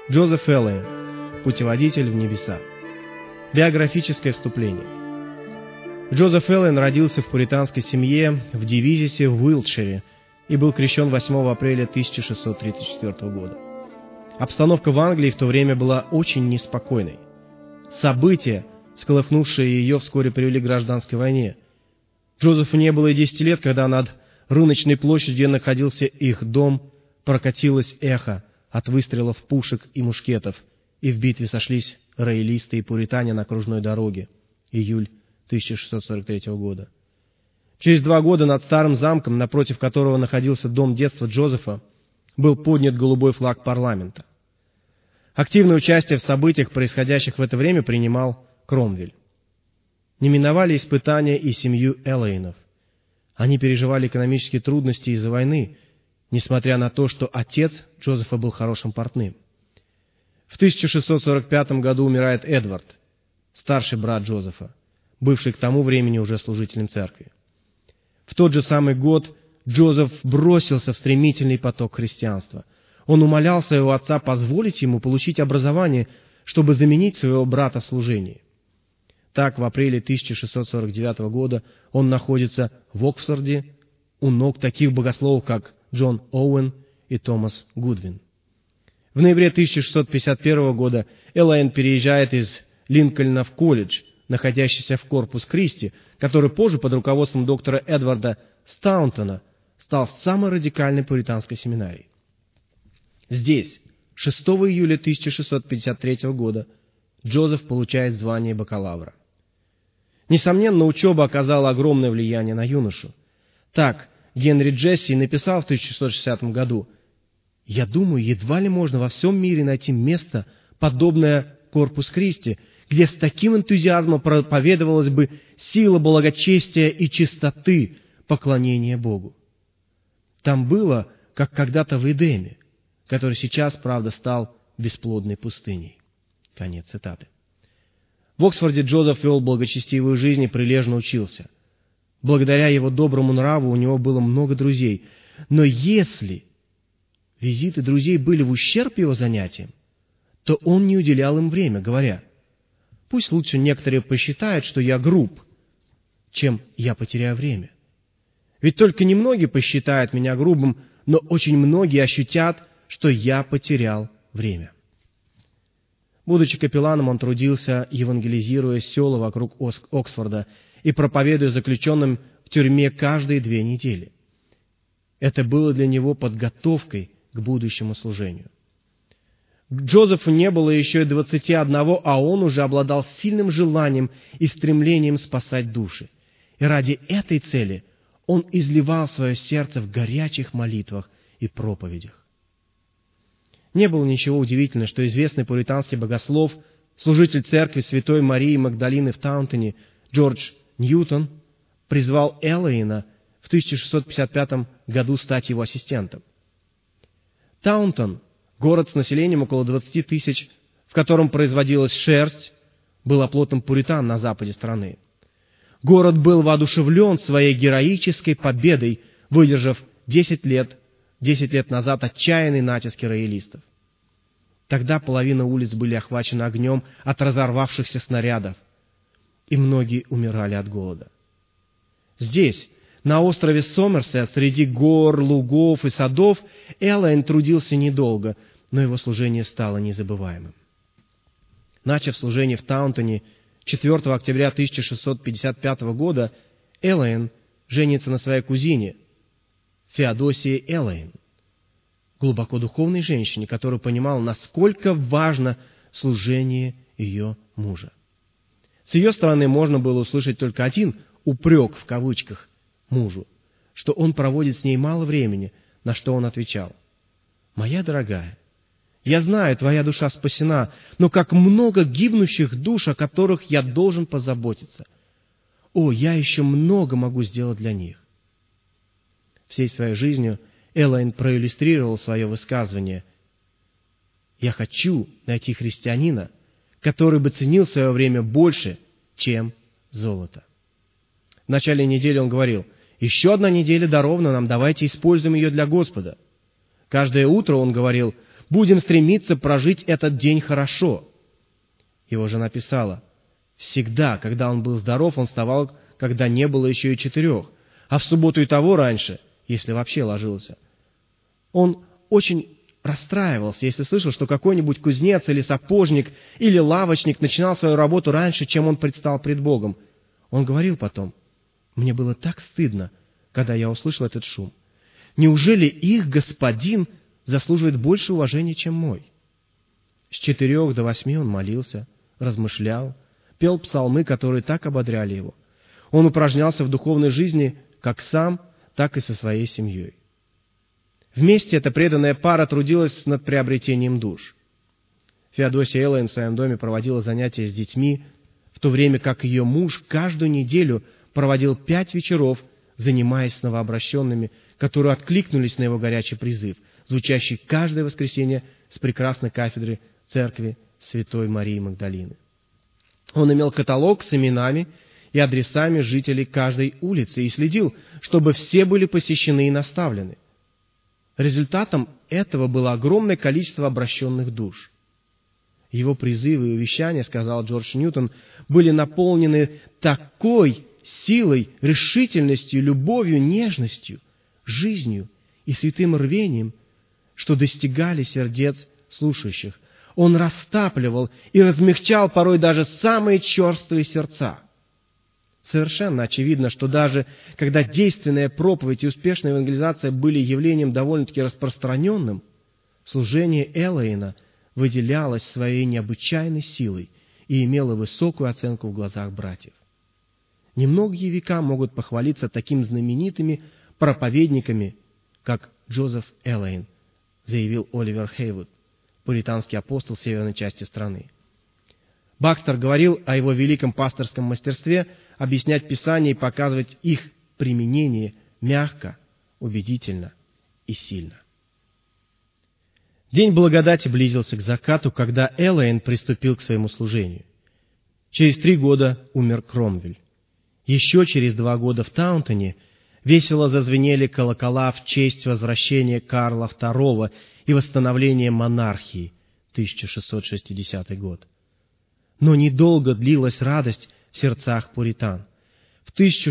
Джозеф Эллейн. Путеводитель в небеса. Биографическое вступление. Джозеф Эллейн родился в пуританской семье в Дивизисе в Уилтшире и был крещен 8 апреля 1634 года. Обстановка в Англии в то время была очень неспокойной. События, всколыхнувшие ее, вскоре привели к гражданской войне. Джозефу не было и 10 лет, когда над рыночной площадью, где находился их дом, прокатилось эхо от выстрелов пушек и мушкетов, и в битве сошлись роялисты и пуритане на окружной дороге. Июль 1643 года. Через 2 года над старым замком, напротив которого находился дом детства Джозефа, был поднят голубой флаг парламента. Активное участие в событиях, происходящих в это время, принимал Кромвель. Не миновали испытания и семью Эллейнов. Они переживали экономические трудности из-за войны, несмотря на то, что отец Джозефа был хорошим портным. В 1645 году умирает Эдвард, старший брат Джозефа, бывший к тому времени уже служителем церкви. В тот же самый год Джозеф бросился в стремительный поток христианства. Он умолял своего отца позволить ему получить образование, чтобы заменить своего брата в служении. Так, в апреле 1649 года он находится в Оксфорде у ног таких богословов, как Джон Оуэн и Томас Гудвин. В ноябре 1651 года Эллейн переезжает из Линкольна в колледж, находящийся в Корпус Кристи, который позже под руководством доктора Эдварда Стаунтона стал самой радикальной пуританской семинарией. Здесь, 6 июля 1653 года, Джозеф получает звание бакалавра. Несомненно, учеба оказала огромное влияние на юношу. Так, Генри Джесси написал в 1660 году: «Я думаю, едва ли можно во всем мире найти место, подобное Корпус Кристи, где с таким энтузиазмом проповедовалась бы сила благочестия и чистоты поклонения Богу. Там было, как когда-то в Эдеме, который сейчас, правда, стал бесплодной пустыней». Конец цитаты. В Оксфорде Джозеф вел благочестивую жизнь и прилежно учился. Благодаря его доброму нраву у него было много друзей. Но если визиты друзей были в ущерб его занятиям, то он не уделял им время, говоря: «Пусть лучше некоторые посчитают, что я груб, чем я потеряю время. Ведь только немногие посчитают меня грубым, но очень многие ощутят, что я потерял время». Будучи капелланом, он трудился, евангелизируя села вокруг Оксфорда и проповедуя заключенным в тюрьме каждые 2 недели. Это было для него подготовкой к будущему служению. Джозефу не было еще и 21, а он уже обладал сильным желанием и стремлением спасать души. И ради этой цели он изливал свое сердце в горячих молитвах и проповедях. Не было ничего удивительного, что известный пуританский богослов, служитель церкви Святой Марии Магдалины в Таунтоне Джордж Ньютон призвал Эллейна в 1655 году стать его ассистентом. Таунтон, город с населением около 20 тысяч, в котором производилась шерсть, был оплотом пуритан на западе страны. Город был воодушевлен своей героической победой, выдержав 10 лет назад отчаянный натиск роялистов. Тогда половина улиц были охвачены огнем от разорвавшихся снарядов, и многие умирали от голода. Здесь, на острове Сомерсет, среди гор, лугов и садов, Эллейн трудился недолго, но его служение стало незабываемым. Начав служение в Таунтоне 4 октября 1655 года, Эллейн женится на своей кузине Феодосии Эллейн, глубоко духовной женщине, которая понимала, насколько важно служение ее мужа. С ее стороны можно было услышать только один «упрек» в кавычках мужу, что он проводит с ней мало времени, на что он отвечал: «Моя дорогая, я знаю, твоя душа спасена, но как много гибнущих душ, о которых я должен позаботиться. О, я еще много могу сделать для них». Всей своей жизнью Эллейн проиллюстрировал свое высказывание: «Я хочу найти христианина, который бы ценил свое время больше, чем золото». В начале недели он говорил: «Еще 1 неделя дарована нам, давайте используем ее для Господа». Каждое утро он говорил: будем стремиться прожить этот день хорошо». Его жена писала: «Всегда, когда он был здоров, он вставал, когда не было еще и 4, а в субботу и того раньше, если вообще ложился. Он очень расстраивался, если слышал, что какой-нибудь кузнец или сапожник или лавочник начинал свою работу раньше, чем он предстал пред Богом. Он говорил потом: мне было так стыдно, когда я услышал этот шум. Неужели их господин заслуживает больше уважения, чем мой?» С 4 до 8 он молился, размышлял, пел псалмы, которые так ободряли его. Он упражнялся в духовной жизни как сам, так и со своей семьей. Вместе эта преданная пара трудилась над приобретением душ. Феодосия Эллейн в своем доме проводила занятия с детьми, в то время как ее муж каждую неделю проводил 5 вечеров, занимаясь с новообращенными, которые откликнулись на его горячий призыв, звучащий каждое воскресенье с прекрасной кафедры церкви Святой Марии Магдалины. Он имел каталог с именами и адресами жителей каждой улицы и следил, чтобы все были посещены и наставлены. Результатом этого было огромное количество обращенных душ. Его призывы и увещания, сказал Джордж Ньютон, были наполнены такой силой, решительностью, любовью, нежностью, жизнью и святым рвением, что достигали сердец слушающих. Он растапливал и размягчал порой даже самые черствые сердца. Совершенно очевидно, что даже когда действенная проповедь и успешная евангелизация были явлением довольно-таки распространенным, служение Эллейна выделялось своей необычайной силой и имело высокую оценку в глазах братьев. Немногие века могут похвалиться такими знаменитыми проповедниками, как Джозеф Эллейн, заявил Оливер Хейвуд, пуританский апостол северной части страны. Бакстер говорил о его великом пасторском мастерстве объяснять Писание и показывать их применение мягко, убедительно и сильно. День благодати близился к закату, когда Эллейн приступил к своему служению. Через 3 года умер Кромвель. Еще через 2 года в Таунтоне весело зазвенели колокола в честь возвращения Карла II и восстановления монархии, 1660 год. Но недолго длилась радость в сердцах пуритан. В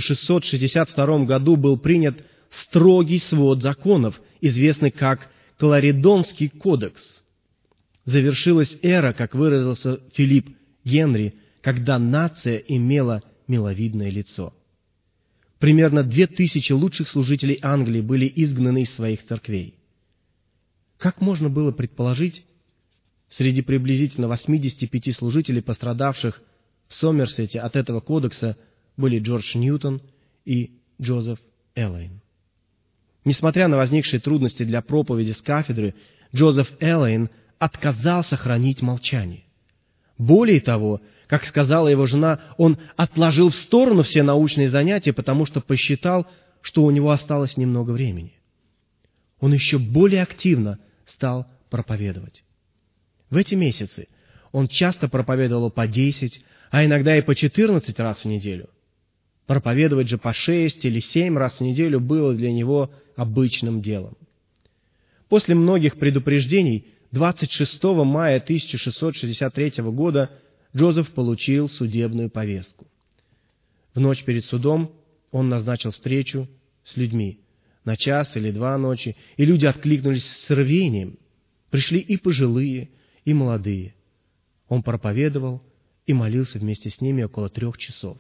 1662 году был принят строгий свод законов, известный как Кларидонский кодекс. Завершилась эра, как выразился Филипп Генри, когда нация имела миловидное лицо. Примерно 2000 лучших служителей Англии были изгнаны из своих церквей. Как можно было предположить, среди приблизительно 85 служителей, пострадавших в Сомерсете от этого кодекса, были Джордж Ньютон и Джозеф Эллейн. Несмотря на возникшие трудности для проповеди с кафедры, Джозеф Эллейн отказался хранить молчание. Более того, как сказала его жена, он отложил в сторону все научные занятия, потому что посчитал, что у него осталось немного времени. Он еще более активно стал проповедовать. В эти месяцы он часто проповедовал по 10, а иногда и по 14 раз в неделю. Проповедовать же по 6 или 7 раз в неделю было для него обычным делом. После многих предупреждений 26 мая 1663 года Джозеф получил судебную повестку. В ночь перед судом он назначил встречу с людьми на 1 или 2 ночи, и люди откликнулись с рвением. Пришли и пожилые, и молодые. Он проповедовал и молился вместе с ними около 3 часов.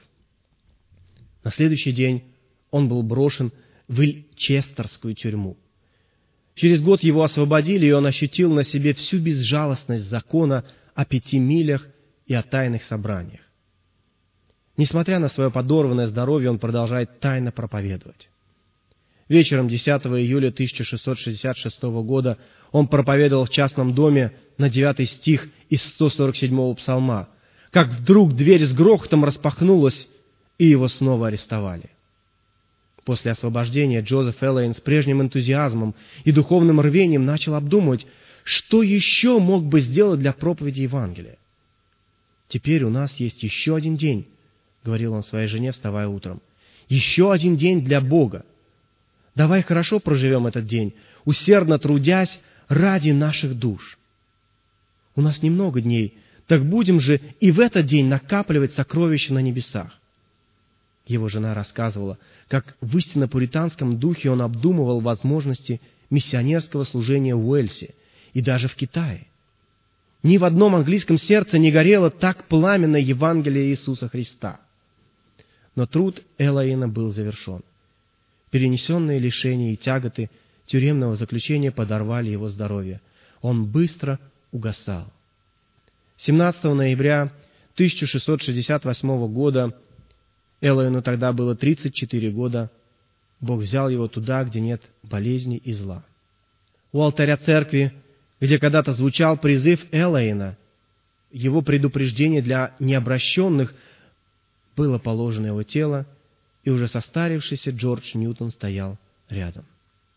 На следующий день он был брошен в Вильчестерскую тюрьму. Через год его освободили, и он ощутил на себе всю безжалостность закона о 5 милях и о тайных собраниях. Несмотря на свое подорванное здоровье, он продолжает тайно проповедовать. Вечером 10 июля 1666 года он проповедовал в частном доме на 9 стих из 147-го псалма, как вдруг дверь с грохотом распахнулась, и его снова арестовали. После освобождения Джозеф Эллейн с прежним энтузиазмом и духовным рвением начал обдумывать, что еще мог бы сделать для проповеди Евангелия. «Теперь у нас есть еще один день», — говорил он своей жене, вставая утром. «Еще один день для Бога. Давай хорошо проживем этот день, усердно трудясь ради наших душ. У нас немного дней, так будем же и в этот день накапливать сокровища на небесах. Его жена рассказывала, как в истинно пуританском духе он обдумывал возможности миссионерского служения в Уэльсе и даже в Китае. Ни в одном английском сердце не горело так пламенно Евангелие Иисуса Христа. Но труд Элоэйна был завершен. Перенесенные лишения и тяготы тюремного заключения подорвали его здоровье. Он быстро угасал. 17 ноября 1668 года, Элоэйну тогда было 34 года, Бог взял его туда, где нет болезни и зла. У алтаря церкви, где когда-то звучал призыв Элоэйна, его предупреждение для необращенных, было положено его тело, и уже состарившийся Джордж Ньютон стоял рядом.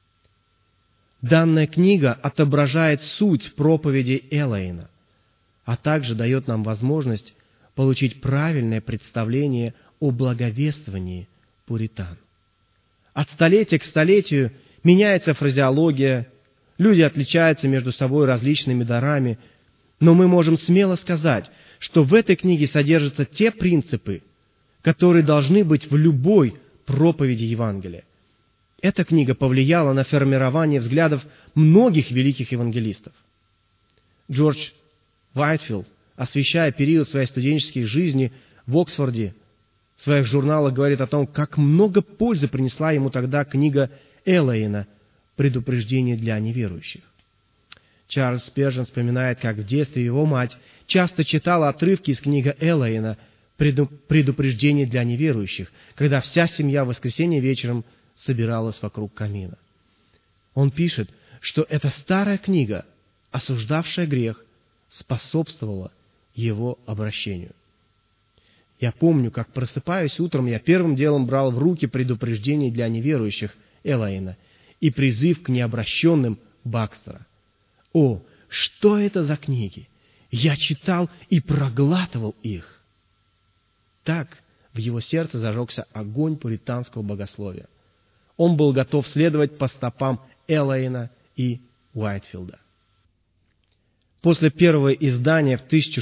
Данная книга отображает суть проповеди Элоэйна, а также дает нам возможность получить правильное представление о благовествовании пуритан. От столетия к столетию меняется фразеология, люди отличаются между собой различными дарами, но мы можем смело сказать, что в этой книге содержатся те принципы, которые должны быть в любой проповеди Евангелия. Эта книга повлияла на формирование взглядов многих великих евангелистов. Джордж Уайтфилд, освещая период своей студенческой жизни в Оксфорде, в своих журналах говорит о том, как много пользы принесла ему тогда книга Элоэйна «Предупреждение для неверующих». Чарльз Спержен вспоминает, как в детстве его мать часто читала отрывки из книги Элоэйна «Предупреждение для неверующих», когда вся семья в воскресенье вечером собиралась вокруг камина. Он пишет, что эта старая книга, осуждавшая грех, способствовала его обращению. Я помню, как, просыпаясь утром, я первым делом брал в руки «Предупреждение для неверующих» Элоэйна и «Призыв к необращенным» Бакстера. О, что это за книги! Я читал и проглатывал их. Так в его сердце зажегся огонь пуританского богословия. Он был готов следовать по стопам Элоэйна и Уайтфилда. После первого издания в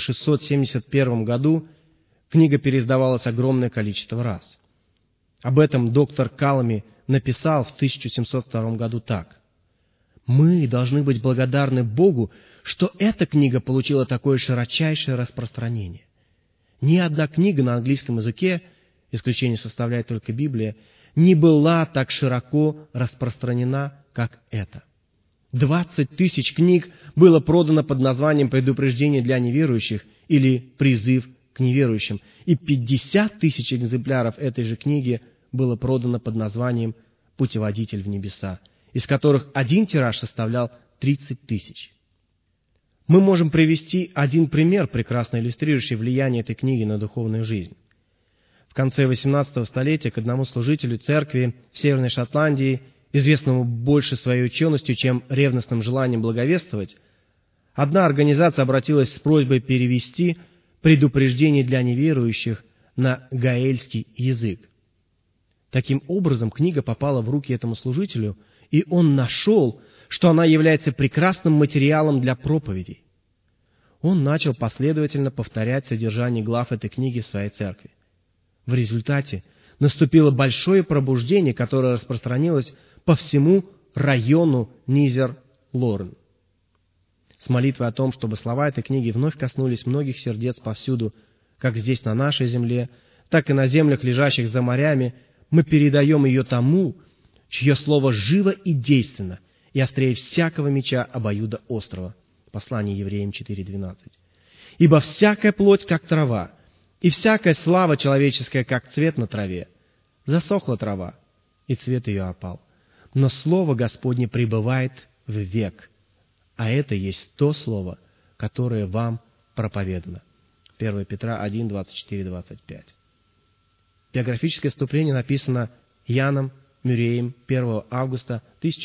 1671 году книга переиздавалась огромное количество раз. Об этом доктор Калами написал в 1702 году так. «Мы должны быть благодарны Богу, что эта книга получила такое широчайшее распространение. Ни одна книга на английском языке, исключение составляет только Библия, не была так широко распространена, как эта. 20 тысяч книг было продано под названием «Предупреждение для неверующих» или «Призыв к неверующим», и 50 тысяч экземпляров этой же книги было продано под названием «Путеводитель в небеса», из которых один тираж составлял 30 тысяч. Мы можем привести один пример, прекрасно иллюстрирующий влияние этой книги на духовную жизнь. В конце XVIII столетия к одному служителю церкви в Северной Шотландии, известному больше своей ученостью, чем ревностным желанием благовествовать, одна организация обратилась с просьбой перевести «Предупреждение для неверующих» на гаэльский язык. Таким образом, книга попала в руки этому служителю, и он нашел, что она является прекрасным материалом для проповедей. Он начал последовательно повторять содержание глав этой книги в своей церкви. В результате наступило большое пробуждение, которое распространилось по всему району Низер-Лорен. С молитвой о том, чтобы слова этой книги вновь коснулись многих сердец повсюду, как здесь на нашей земле, так и на землях, лежащих за морями, мы передаем ее тому, чье слово живо и действенно, и острее всякого меча обоюда острого. Послание Евреям 4:12. Ибо всякая плоть, как трава, и всякая слава человеческая, как цвет на траве. Засохла трава, и цвет ее опал. Но слово Господне пребывает век, а это есть то слово, которое вам проповедано. 1 Петра 1, 24-25. Биографическое вступление написано Яном Мюрреем 1 августа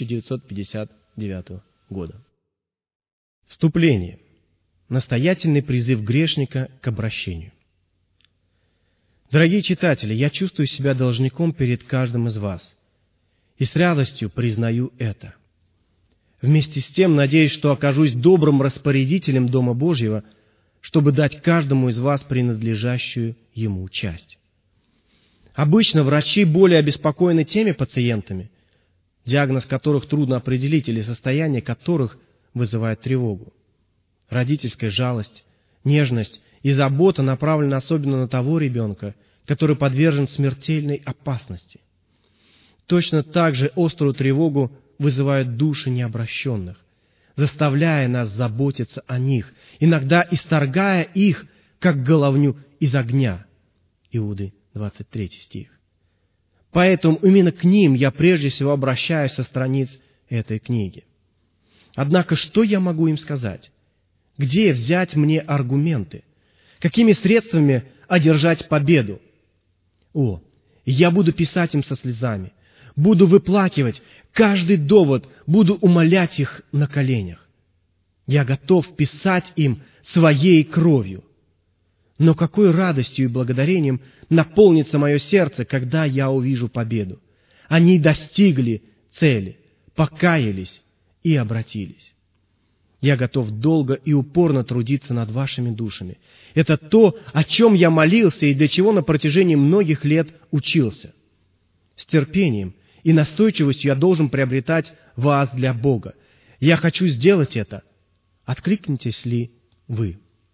1959 года. Вступление. Настоятельный призыв грешника к обращению. Дорогие читатели, я чувствую себя должником перед каждым из вас, и с радостью признаю это. Вместе с тем, надеюсь, что окажусь добрым распорядителем Дома Божьего, чтобы дать каждому из вас принадлежащую ему часть. Обычно врачи более обеспокоены теми пациентами, диагноз которых трудно определить или состояние которых вызывает тревогу. Родительская жалость, нежность и забота направлены особенно на того ребенка, который подвержен смертельной опасности. Точно так же острую тревогу вызывают души необращенных, заставляя нас заботиться о них, иногда исторгая их, как головню из огня. Иуды, 23 стих. Поэтому именно к ним я прежде всего обращаюсь со страниц этой книги. Однако, что я могу им сказать? Где взять мне аргументы? Какими средствами одержать победу? Я буду писать им со слезами, буду выплакивать каждый довод, буду умолять их на коленях. Я готов писать им своей кровью. Но какой радостью и благодарением наполнится мое сердце, когда я увижу победу. Они достигли цели, покаялись и обратились. Я готов долго и упорно трудиться над вашими душами. Это то, о чем я молился и для чего на протяжении многих лет учился. С терпением и настойчивостью я должен приобретать вас для Бога. Я хочу сделать это. Откликнетесь ли вы?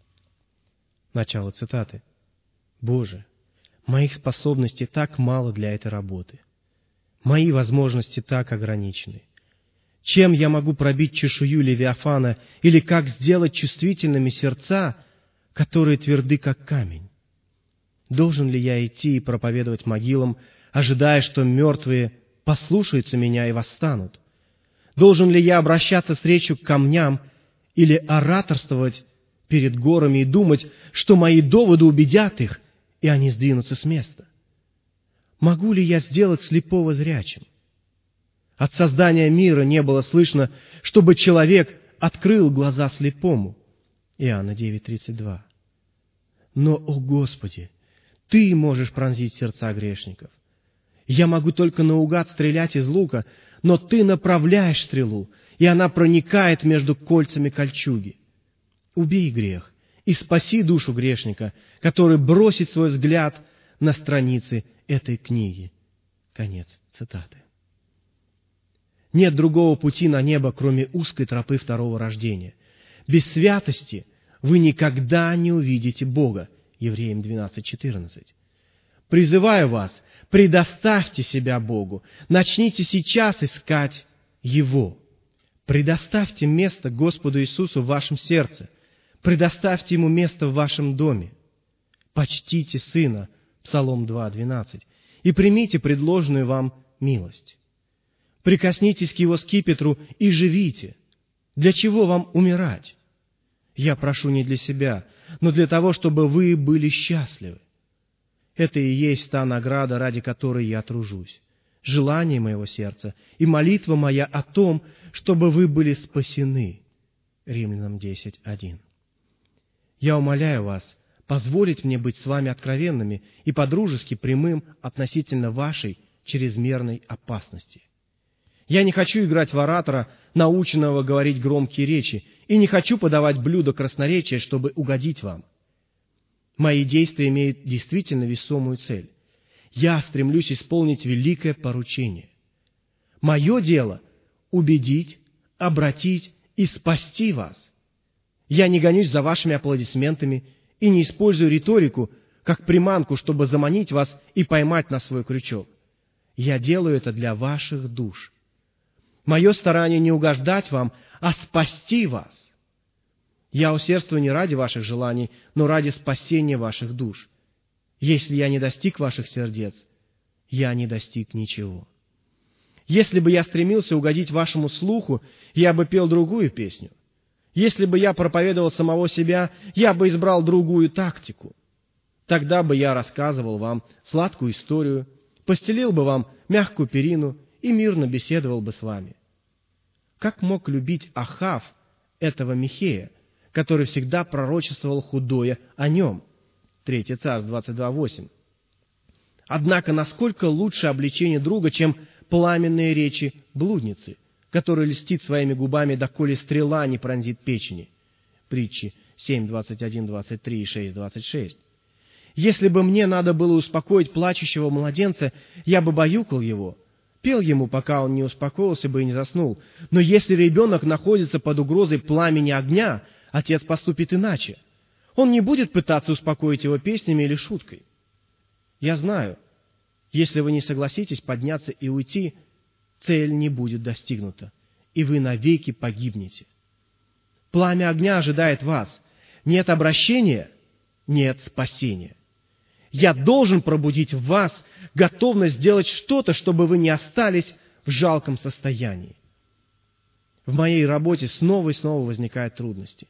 Начало цитаты. Боже, моих способностей так мало для этой работы. Мои возможности так ограничены. Чем я могу пробить чешую Левиафана или как сделать чувствительными сердца, которые тверды, как камень? Должен ли я идти и проповедовать могилам, ожидая, что мертвые послушаются меня и восстанут? Должен ли я обращаться с речью к камням или ораторствовать перед горами и думать, что мои доводы убедят их, и они сдвинутся с места? Могу ли я сделать слепого зрячим? От создания мира не было слышно, чтобы человек открыл глаза слепому. Иоанна 9:32. Но, о Господи, Ты можешь пронзить сердца грешников. Я могу только наугад стрелять из лука, но Ты направляешь стрелу, и она проникает между кольцами кольчуги. Убей грех и спаси душу грешника, который бросит свой взгляд на страницы этой книги. Конец цитаты. Нет другого пути на небо, кроме узкой тропы второго рождения. Без святости вы никогда не увидите Бога. Евреям 12:14. Призываю вас, предоставьте себя Богу. Начните сейчас искать Его. Предоставьте место Господу Иисусу в вашем сердце. Предоставьте Ему место в вашем доме. Почтите Сына, Псалом 2:12, и примите предложенную вам милость. Прикоснитесь к Его скипетру и живите. Для чего вам умирать? Я прошу не для себя, но для того, чтобы вы были счастливы. Это и есть та награда, ради которой я тружусь. Желание моего сердца и молитва моя о том, чтобы вы были спасены. Римлянам 10:1. Я умоляю вас позволить мне быть с вами откровенными и по-дружески прямым относительно вашей чрезмерной опасности. Я не хочу играть в оратора, наученного говорить громкие речи, и не хочу подавать блюдо красноречия, чтобы угодить вам. Мои действия имеют действительно весомую цель. Я стремлюсь исполнить великое поручение. Мое дело — убедить, обратить и спасти вас. Я не гонюсь за вашими аплодисментами и не использую риторику как приманку, чтобы заманить вас и поймать на свой крючок. Я делаю это для ваших душ. Мое старание не угождать вам, а спасти вас. Я усердствую не ради ваших желаний, но ради спасения ваших душ. Если я не достиг ваших сердец, я не достиг ничего. Если бы я стремился угодить вашему слуху, я бы пел другую песню. Если бы я проповедовал самого себя, я бы избрал другую тактику. Тогда бы я рассказывал вам сладкую историю, постелил бы вам мягкую перину и мирно беседовал бы с вами. Как мог любить Ахав этого Михея, который всегда пророчествовал худое о нем? 3 Царств 22:8. Однако, насколько лучше обличение друга, чем пламенные речи блудницы, который льстит своими губами, доколе стрела не пронзит печени. Притчи 7, 21, 23 и 6, 26. Если бы мне надо было успокоить плачущего младенца, я бы баюкал его, пел ему, пока он не успокоился бы и не заснул. Но если ребенок находится под угрозой пламени огня, отец поступит иначе. Он не будет пытаться успокоить его песнями или шуткой. Я знаю, если вы не согласитесь подняться и уйти, цель не будет достигнута, и вы навеки погибнете. Пламя огня ожидает вас. Нет обращения, нет спасения. Я должен пробудить в вас готовность сделать что-то, чтобы вы не остались в жалком состоянии. В моей работе снова и снова возникают трудности.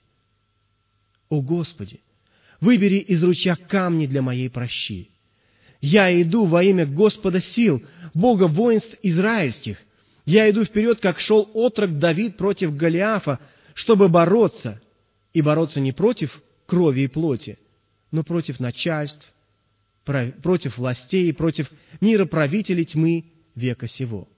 О Господи, выбери из ручья камни для моей прощи. Я иду во имя Господа сил, Бога воинств израильских. Я иду вперед, как шел отрок Давид против Голиафа, чтобы бороться, и бороться не против крови и плоти, но против начальств, против властей, против мироправителей тьмы века сего.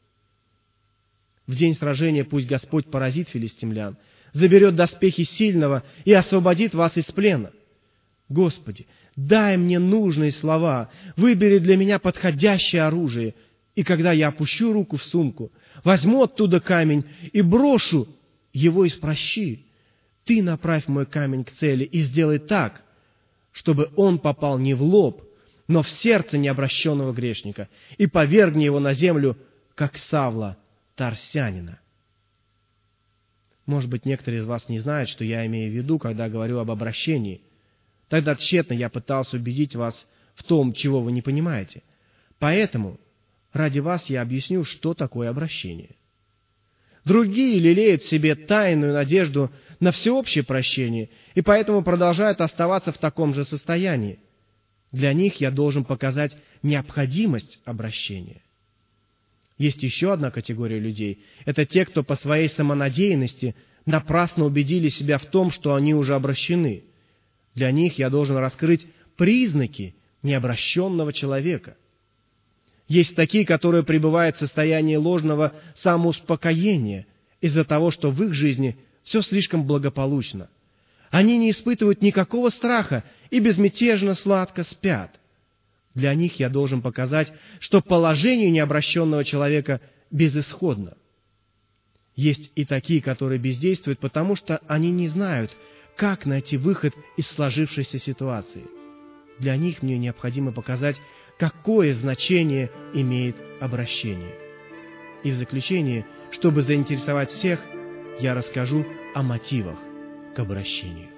В день сражения пусть Господь поразит филистимлян, заберет доспехи сильного и освободит вас из плена. Господи, дай мне нужные слова, выбери для меня подходящее оружие, и когда я опущу руку в сумку, возьму оттуда камень и брошу его из прощи, Ты направь мой камень к цели и сделай так, чтобы он попал не в лоб, но в сердце необращенного грешника, и повергни его на землю, как Савла Тарсянина. Может быть, некоторые из вас не знают, что я имею в виду, когда говорю об обращении. Тогда тщетно я пытался убедить вас в том, чего вы не понимаете. Поэтому ради вас я объясню, что такое обращение. Другие лелеют в себе тайную надежду на всеобщее прощение, и поэтому продолжают оставаться в таком же состоянии. Для них я должен показать необходимость обращения. Есть еще одна категория людей. Это те, кто по своей самонадеянности напрасно убедили себя в том, что они уже обращены. Для них я должен раскрыть признаки необращенного человека. Есть такие, которые пребывают в состоянии ложного самоуспокоения из-за того, что в их жизни все слишком благополучно. Они не испытывают никакого страха и безмятежно сладко спят. Для них я должен показать, что положение необращенного человека безысходно. Есть и такие, которые бездействуют, потому что они не знают, как найти выход из сложившейся ситуации. Для них мне необходимо показать, какое значение имеет обращение. И в заключение, чтобы заинтересовать всех, я расскажу о мотивах к обращению.